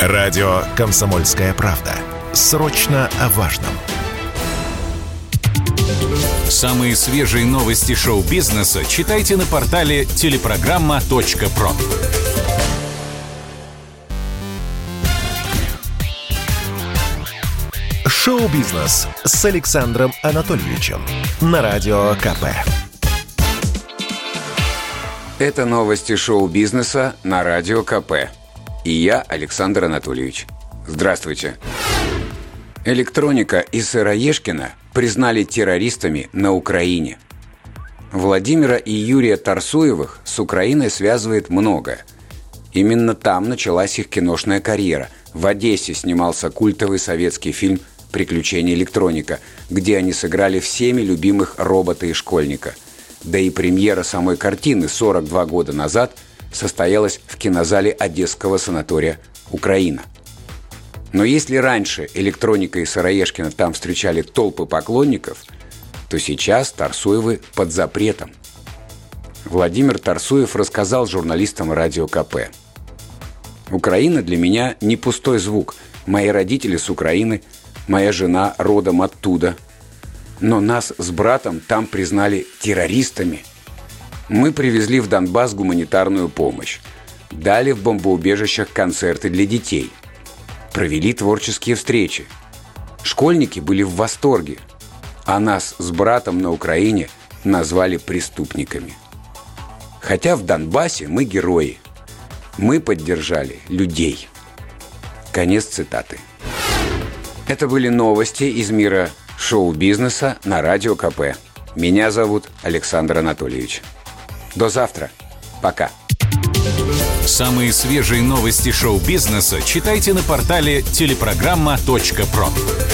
Радио «Комсомольская правда». Срочно о важном. Самые свежие новости шоу-бизнеса читайте на портале телепрограмма.про. Шоу-бизнес с Александром Анатольевичем на Радио КП. Это новости шоу-бизнеса на Радио КП. И я, Александр Анатольевич. Здравствуйте. Электроника и Сыроежкина признали террористами на Украине. Владимира и Юрия Тарсуевых с Украиной связывает многое. Именно там началась их киношная карьера. В Одессе снимался культовый советский фильм «Приключения электроника», где они сыграли всеми любимых робота и школьника. Да и премьера самой картины 42 года назад состоялась в кинозале Одесского санатория «Украина». Но если раньше электроника и Сыроежкина там встречали толпы поклонников, то сейчас Тарсуевы под запретом. Владимир Тарсуев рассказал журналистам Радио КП. «Украина для меня не пустой звук. Мои родители с Украины, моя жена родом оттуда. Но нас с братом там признали террористами. Мы привезли в Донбасс гуманитарную помощь, дали в бомбоубежищах концерты для детей, провели творческие встречи. Школьники были в восторге, а нас с братом на Украине назвали преступниками. Хотя в Донбассе мы герои. Мы поддержали людей». Конец цитаты. Это были новости из мира шоу-бизнеса на Радио КП. Меня зовут Александр Анатольевич. До завтра. Пока. Самые свежие новости шоу-бизнеса читайте на портале телепрограмма.про.